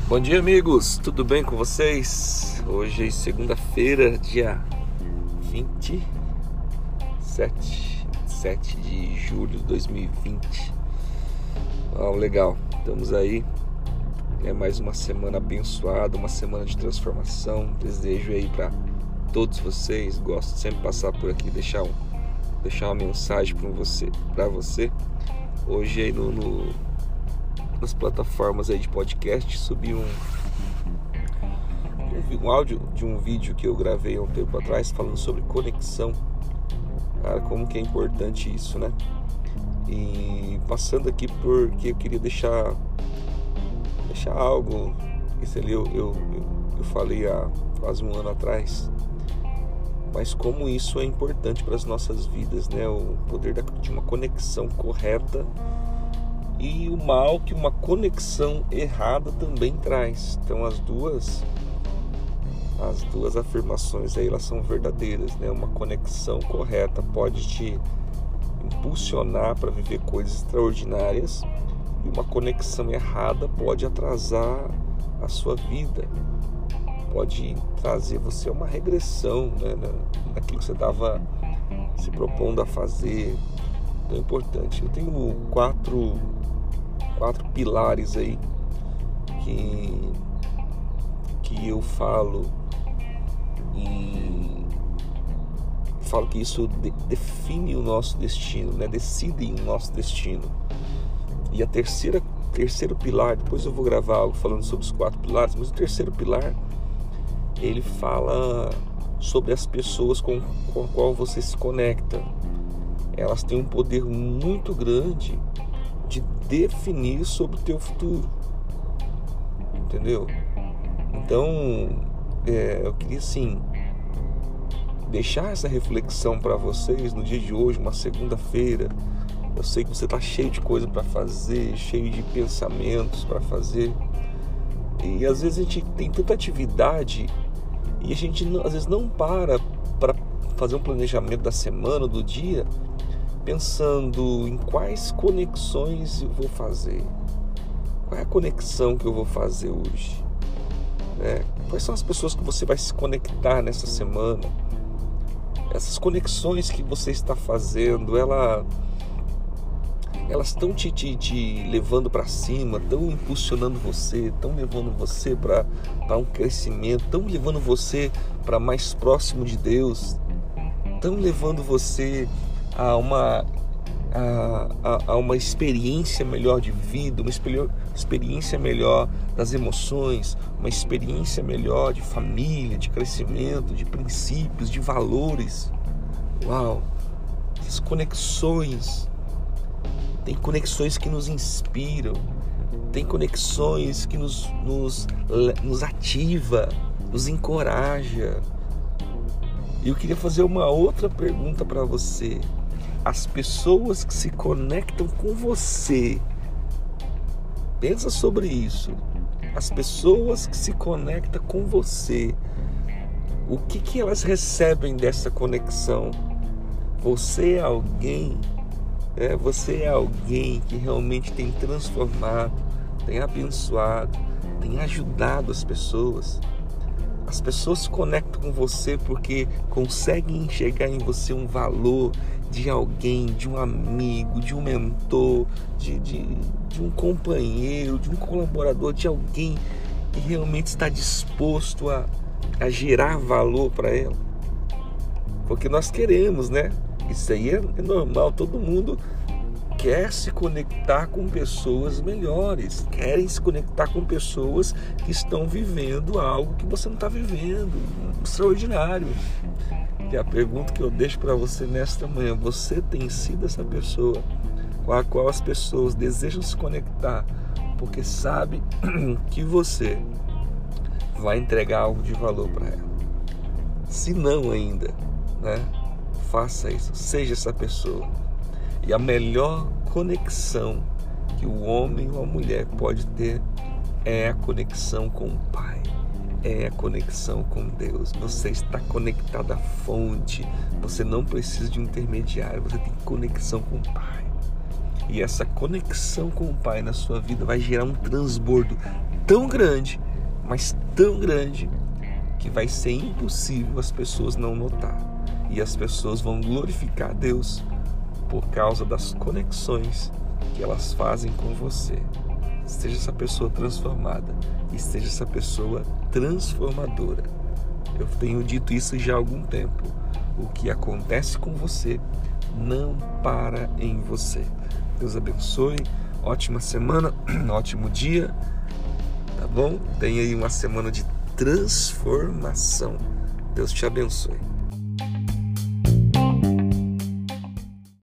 Bom dia, amigos, tudo bem com vocês? Hoje é segunda-feira, dia 27 de julho de 2020. Legal, estamos aí. É mais uma semana abençoada, uma semana de transformação. Desejo aí para todos vocês. Gosto de sempre passar por aqui, deixar uma mensagem para você. Hoje aí nas plataformas aí de podcast subi um áudio de um vídeo que eu gravei há um tempo atrás falando sobre conexão. Cara, como que é importante isso, né? E passando aqui porque eu queria deixar algo. Isso ali eu falei há quase um ano atrás, mas como isso é importante para as nossas vidas, né? O poder de uma conexão correta e o mal que uma conexão errada também traz. Então as duas afirmações aí, elas são verdadeiras, né? Uma conexão correta pode te impulsionar para viver coisas extraordinárias, e uma conexão errada pode atrasar a sua vida, pode trazer você a uma regressão, né, naquilo que você estava se propondo a fazer. Então é importante. Eu tenho quatro pilares aí que eu falo, e falo que isso define o nosso destino, né? Decidem o nosso destino. E a terceiro pilar, depois eu vou gravar algo falando sobre os 4 pilares, mas o terceiro pilar, ele fala sobre as pessoas com a qual você se conecta. Elas têm um poder muito grande de definir sobre o teu futuro, entendeu? Então eu queria assim deixar essa reflexão para vocês no dia de hoje, uma segunda-feira. Eu sei que você está cheio de coisa para fazer, cheio de pensamentos para fazer, e às vezes a gente tem tanta atividade e a gente às vezes não para fazer um planejamento da semana, do dia, pensando em quais conexões eu vou fazer. Qual é a conexão que eu vou fazer hoje, né? Quais são as pessoas que você vai se conectar nessa semana? Essas conexões que você está fazendo, elas estão te levando para cima, estão impulsionando você, estão levando você para um crescimento, estão levando você para mais próximo de Deus, estão levando você a uma experiência melhor de vida, uma experiência melhor das emoções, uma experiência melhor de família, de crescimento, de princípios, de valores. Uau! Essas conexões. Tem conexões que nos inspiram, tem conexões que nos ativa, nos encoraja. E eu queria fazer uma outra pergunta para você. As pessoas que se conectam com você, pensa sobre isso. As pessoas que se conectam com você, o que elas recebem dessa conexão? Você é alguém que realmente tem transformado, tem abençoado, tem ajudado as pessoas. As pessoas se conectam com você porque conseguem enxergar em você um valor de alguém, de um amigo, de um mentor, de um companheiro, de um colaborador, de alguém que realmente está disposto a gerar valor para ela. Porque nós queremos, né? Isso aí é normal, todo mundo quer se conectar com pessoas melhores, querem se conectar com pessoas que estão vivendo algo que você não está vivendo, extraordinário. E a pergunta que eu deixo para você nesta manhã: você tem sido essa pessoa com a qual as pessoas desejam se conectar, porque sabe que você vai entregar algo de valor para ela? Se não ainda, né? Faça isso, seja essa pessoa. E a melhor conexão que o homem ou a mulher pode ter é a conexão com o Pai, é a conexão com Deus. Você está conectado à fonte, você não precisa de um intermediário, você tem conexão com o Pai. E essa conexão com o Pai na sua vida vai gerar um transbordo tão grande, mas tão grande, que vai ser impossível as pessoas não notar. E as pessoas vão glorificar a Deus por causa das conexões que elas fazem com você. Seja essa pessoa transformada e seja essa pessoa transformadora. Eu tenho dito isso já há algum tempo. O que acontece com você não para em você. Deus abençoe. Ótima semana, ótimo dia. Tá bom? Tenha aí uma semana de transformação. Deus te abençoe.